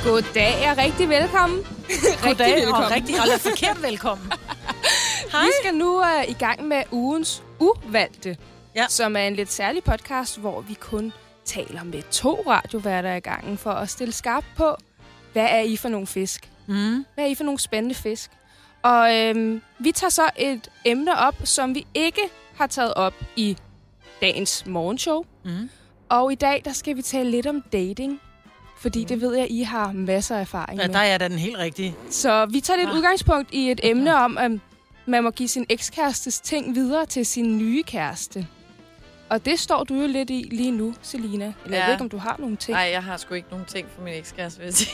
Goddag og rigtig velkommen. Goddag og rigtig forkert velkommen. Hej. Vi skal nu i gang med ugens Uvalgte, som er en lidt særlig podcast, hvor vi kun taler med 2 radioværter i gangen for at stille skarpt på, hvad er I for nogle fisk? Hvad er I for nogle spændende fisk? Og vi tager så et emne op, som vi ikke har taget op i dagens morgenshow. Og i dag, der skal vi tale lidt om dating. Fordi det ved jeg, I har masser af erfaring med. Ja, der er den helt rigtige. Så vi tager lidt udgangspunkt i et emne om, at man må give sin ekskærestes ting videre til sin nye kæreste. Og det står du jo lidt i lige nu, Selina. Eller jeg ved ikke, om du har nogle ting. Nej, jeg har sgu ikke nogen ting for min ekskæreste, vil jeg sige.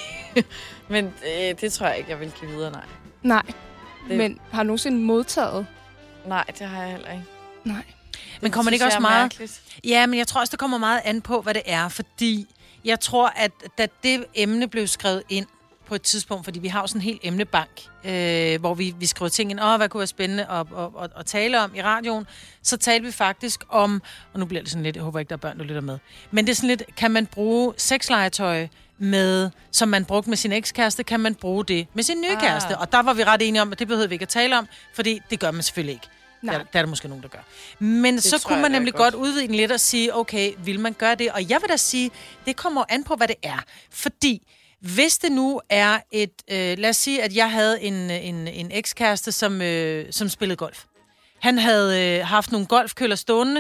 Men det tror jeg ikke, jeg vil give videre, nej. Nej, men har du nogensinde modtaget? Nej, det har jeg heller ikke. Nej. Men kommer det ikke også meget... Mærkeligt. Ja, men jeg tror også, det kommer meget an på, hvad det er, fordi jeg tror, at da det emne blev skrevet ind på et tidspunkt, fordi vi har jo sådan en helt emnebank, hvor vi skriver ting ind, hvad kunne være spændende at tale om i radioen, så talte vi faktisk om, og nu bliver det sådan lidt, jeg håber ikke, der er børn, der lytter med, men det er sådan lidt, kan man bruge sexlegetøj med, som man brugte med sin ekskæreste, kan man bruge det med sin nye kæreste? Og der var vi ret enige om, at det behøvede vi ikke at tale om, fordi det gør man selvfølgelig ikke. Der er der måske nogen, der gør. Men det så kunne man nemlig godt udvide den lidt og sige, okay, vil man gøre det? Og jeg vil da sige, det kommer an på, hvad det er. Fordi hvis det nu er et... lad os sige, at jeg havde en ekskæreste, som spillede golf. Han havde haft nogle golfkøller stående,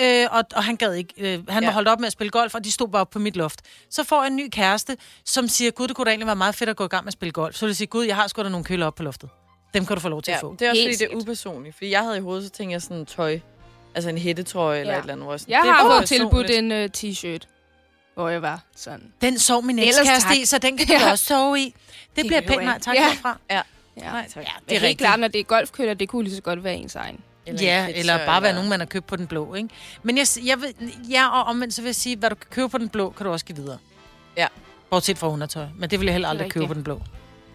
og han gad ikke. Han var holdt op med at spille golf, og de stod bare på mit loft. Så får jeg en ny kæreste, som siger, gud, det kunne da egentlig være meget fedt at gå i gang med at spille golf. Så vil jeg sige, gud, jeg har sgu da nogle køller op på loftet. Dem kan du få lov til at få. Det er også fordi, det er upersonligt. Fordi jeg havde i hovedet, så tænkte jeg sådan tøj. Altså en hættetrøje eller et eller andet. Hvor sådan, jeg har fået tilbudt en t-shirt, hvor jeg var sådan. Den sov min ekskæreste i, så den kan du også sove i. Det bliver pænt, nej, tak herfra. Ja. Nej, tak. Det er helt klart, når det er golfkøller, det kunne lige så godt være ens egen. Eller bare være nogen, man har købt på den blå, ikke? Men og omvendt så vil jeg sige, hvad du kan købe på den blå, kan du også give videre. Ja. Bortset fra undertøj. Men det vil jeg heller aldrig købe på den blå.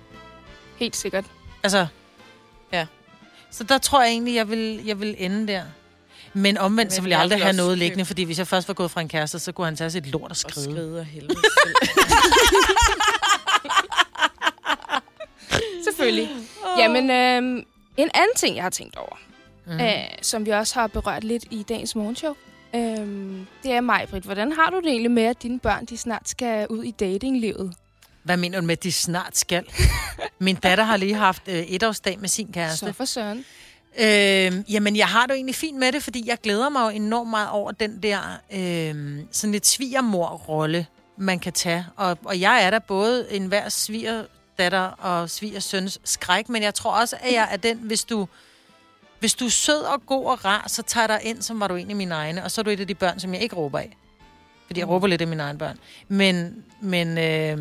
Helt sikkert. Altså... Ja. Så der tror jeg egentlig, jeg vil ende der. Men omvendt, så vil jeg aldrig have noget liggende, fordi hvis jeg først var gået fra en kæreste, så kunne han tage sit lort og skride. Og skride af helvede. Selvfølgelig. Jamen, en anden ting, jeg har tænkt over, som vi også har berørt lidt i dagens morgenshow, det er Maj-Brit. Hvordan har du det egentlig med, at dine børn de snart skal ud i datinglivet? Hvad mener du med, at de snart skal? Min datter har lige haft etårsdag med sin kæreste. Så for søren. Jamen, jeg har det jo egentlig fint med det, fordi jeg glæder mig jo enormt meget over den der sådan lidt svigermor-rolle, man kan tage. Og jeg er da både en hver svigerdatter og svigersøns skræk, men jeg tror også, at jeg er den, hvis du er sød og god og rar, så tager dig ind, som var du egentlig mine egne, og så er du et af de børn, som jeg ikke råber af. Fordi jeg råber lidt af mine egne børn. Men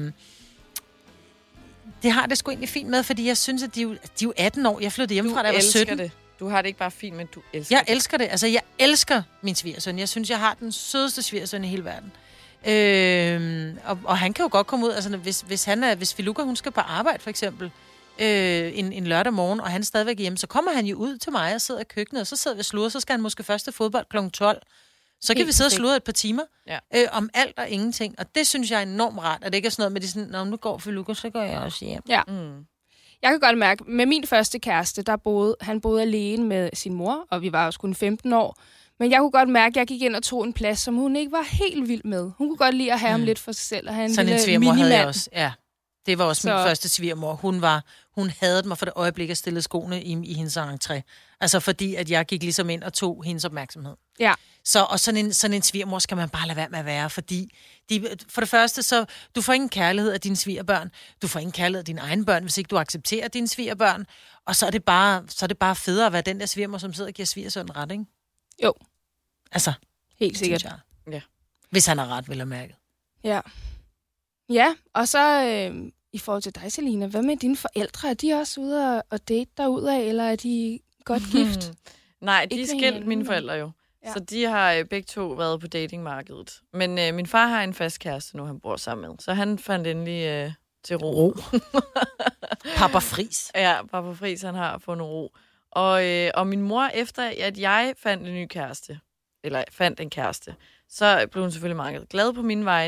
det har det sgu egentlig fint med, fordi jeg synes, at de er jo 18 år. Jeg flyttede hjemmefra, da jeg var 17. Det. Du har det ikke bare fint, men du elsker det. Jeg elsker det. Altså, jeg elsker min svigersøn. Jeg synes, jeg har den sødeste svigersøn i hele verden. Og han kan jo godt komme ud, altså hvis Filuka, hun skal på arbejde, for eksempel, en lørdag morgen, og han er stadigvæk hjemme, så kommer han jo ud til mig og sidder i køkkenet, og så sidder vi og sluder, så skal han måske først til fodbold kl. 12. Så kan vi sidde og sludre et par timer om alt og ingenting. Og det synes jeg er enormt rart, at det ikke er sådan noget med, de sådan, nu går Filuka, så går jeg også hjem. Ja. Jeg kan godt mærke, med min første kæreste, han boede alene med sin mor, og vi var også kun 15 år. Men jeg kunne godt mærke, at jeg gik ind og tog en plads, som hun ikke var helt vild med. Hun kunne godt lide at have ham lidt for sig selv, og have en sådan lille en svigermor minimand. Havde jeg også, ja. Det var også min første svigermor. Hun hadede mig for det øjeblik, at stille skoene i hendes entré. Altså fordi, at jeg gik ligesom ind og tog hendes opmærksomhed. Ja. Og sådan en svigermor skal man bare lade være med at være, fordi for det første, så du får ingen kærlighed af dine svigerbørn. Du får ingen kærlighed af dine egne børn, hvis ikke du accepterer dine svigerbørn. Og så er det bare federe at være den der svigermor, som sidder og giver svigersønnen ret, ikke? Jo. Altså. Helt sikkert. Ja. Hvis han har ret, vil jeg mærke. Ja. Ja, og så i forhold til dig, Selina, hvad med dine forældre? Er de også ude og date derudad, eller er de godt gift? Nej, de er skilt, mine forældre jo. Ja. Så de har begge to været på datingmarkedet. Men min far har en fast kæreste nu, han bor sammen med. Så han fandt endelig til ro. Papa Fris. Ja, Papa Fris, han har fundet ro. Og min mor, efter at jeg fandt en ny kæreste, eller fandt en kæreste, så blev hun selvfølgelig meget glad på mine vegne.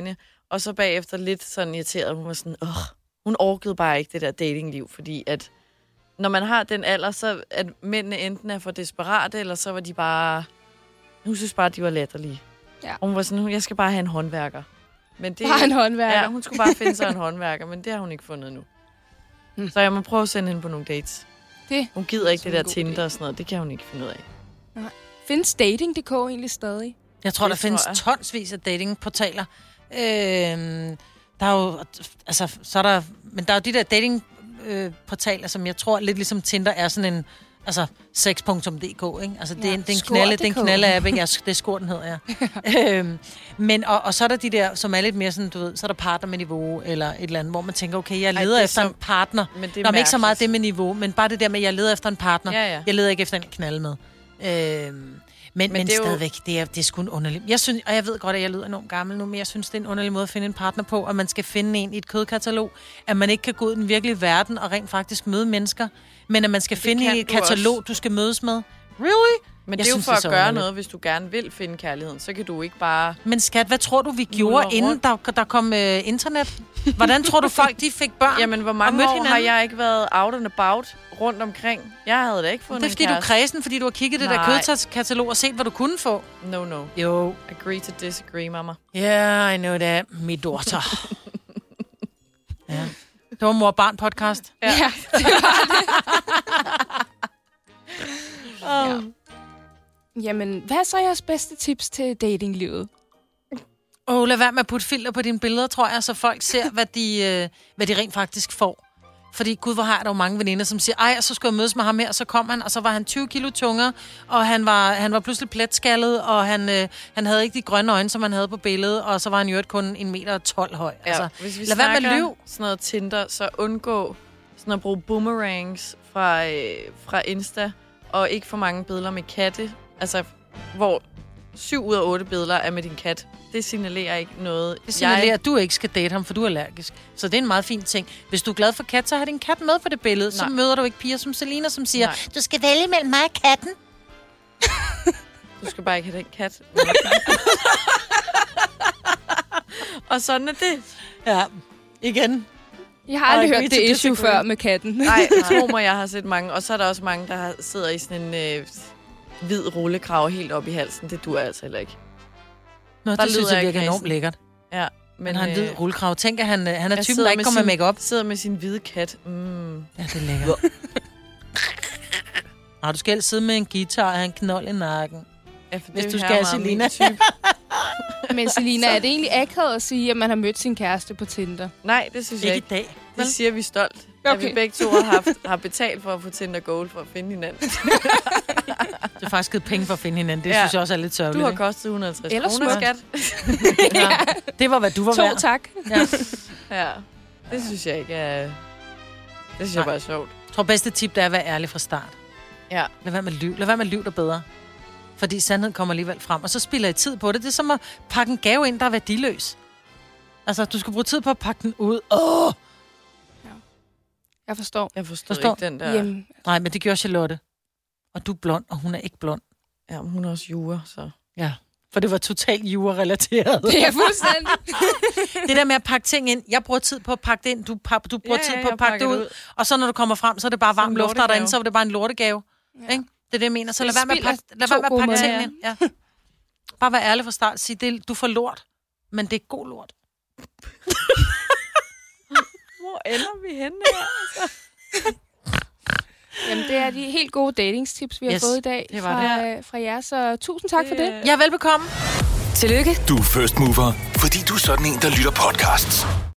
Og så bagefter lidt sådan irriteret. Hun var sådan, hun orkede bare ikke det der datingliv, fordi at når man har den alder, så at mændene enten er for desperate, eller så var de bare... Hun synes bare, at de var latterlige. Ja. Og hun var sådan, jeg skal bare have en håndværker. Men det, bare en håndværker? Ja, hun skulle bare finde sig en håndværker, men det har hun ikke fundet nu. Så jeg må prøve at sende hende på nogle dates. Hun gider ikke det der Tinder og sådan noget. Det kan hun ikke finde ud af. Nej. Findes Dating.dk egentlig stadig? Jeg tror, der findes tonsvis af datingportaler. Der er jo... Altså, så er der... Men der er jo de der datingportaler, som jeg tror lidt ligesom Tinder er sådan en... Altså, sex.dk, ikke? Altså, det er en knalde-app, ikke? Det er Skor, den hedder, ja. Men, og så er der de der, som er lidt mere sådan, du ved, så er der partner med niveau, eller et eller andet, hvor man tænker, okay, jeg leder efter en partner. Der er ikke så meget det med niveau, men bare det der med, at jeg leder efter en partner. Ja. Jeg leder ikke efter en knalde med. Men stadigvæk, det er sgu en underlig... Jeg synes, og jeg ved godt, at jeg lyder enormt gammel nu, men jeg synes, det er en underlig måde at finde en partner på, at man skal finde en i et kødkatalog, at man ikke kan gå ud i den virkelige verden og rent faktisk møde mennesker, men at man skal finde en i et katalog, du skal mødes med. Really? Men det er jo for at gøre noget, hvis du gerne vil finde kærligheden, så kan du ikke bare... Men skat, hvad tror du, vi gjorde, inden der kom internet? Hvordan tror du, folk de fik børn? Jamen, hvor mange år har jeg ikke været out and about rundt omkring? Jeg havde da ikke fundet det er, fordi du er kredsen, fordi du har kigget det der kødkatalog og set, hvad du kunne få. No. Jo. Agree to disagree, mama. Yeah, I know that. My daughter. Ja. Det var mor-barn-podcast. Ja, det var det. Jamen, hvad er så jeres bedste tips til datinglivet? Lad være med at putte filter på dine billeder, tror jeg, så folk ser, hvad de rent faktisk får. Fordi, gud, hvor har der jo mange veninder, som siger, ej, så skulle jeg mødes med ham her, og så kom han, og så var han 20 kilo tungere, og han var pludselig pletskaldet, og han havde ikke de grønne øjne, som han havde på billedet, og så var han jo kun 1,12 meter høj. Ja, altså, hvis vi lad være med at lyve. Sådan noget Tinder, så undgå sådan at bruge boomerangs fra Insta, og ikke for mange billeder med katte. Altså, hvor 7 ud af 8 billeder er med din kat. Det signalerer ikke noget. Det signalerer, at du ikke skal date ham, for du er allergisk. Så det er en meget fin ting. Hvis du er glad for kat, så har din kat med på det billede. Nej. Så møder du ikke piger som Selina, som siger, du skal vælge mellem mig og katten. Du skal bare ikke have den kat. Og sådan er det. Ja, igen. Jeg har aldrig hørt det issue før med katten. Nej, tro mig, jeg har set mange. Og så er der også mange, der sidder i sådan en hvid rullekrav helt op i halsen. Det duer altså heller ikke. Nå, det synes jeg virker enormt lækkert. Ja, men han har en hvid rullekrav. Tænk, at han er typen, der ikke kommer med make-up. Sidder med sin hvide kat. Ja, det er lækkert. Du skal helst sidde med en guitar og have en knold i nakken. Ja, hvis du skal have Selina. Men Selina, er det egentlig akavet at sige, at man har mødt sin kæreste på Tinder? Nej, det synes jeg ikke. I dag. Det siger vi stolt. Okay. At vi begge to har betalt for at få Tinder Gold for at finde hinanden. Du har faktisk givet penge for at finde hinanden. Det synes jeg også er lidt sørgeligt. Du har kostet 150 kroner, skat. Ja. Det var, hvad du var værd. Tak. Ja. Det synes jeg ikke er... Det synes jeg bare er sjovt. Jeg tror, bedste tip, det er at være ærlig fra start. Ja. Lad være med at lyve. Lad være med at lyve dig bedre. Fordi sandheden kommer alligevel frem. Og så spilder I tid på det. Det er som at pakke en gave ind, der er værdiløs. Altså, du skal bruge tid på at pakke den ud. Ja. Jeg forstår ikke den der... Nej, men det gjorde Charlotte. Og du er blond, og hun er ikke blond. Ja, hun er også jura, så... Ja, for det var totalt jura-relateret. Det er fuldstændig. Det der med at pakke ting ind. Jeg bruger tid på at pakke det ind. Du bruger tid på at pakke det ud. Og så når du kommer frem, så er det bare varm luft derinde, så er det bare en lortegave. Ja. Ikke? Det er det, jeg mener. Så lad være med at pakke tingene ind. Ja. Bare vær ærlig fra start. Sig, du får lort, men det er god lort. Hvor ender vi henne her? Jamen, det er de helt gode datingstips, vi har fået i dag fra jer. Så tusind tak for det. Ja, velbekomme. Tillykke. Du er first mover, fordi du er sådan en, der lytter podcasts.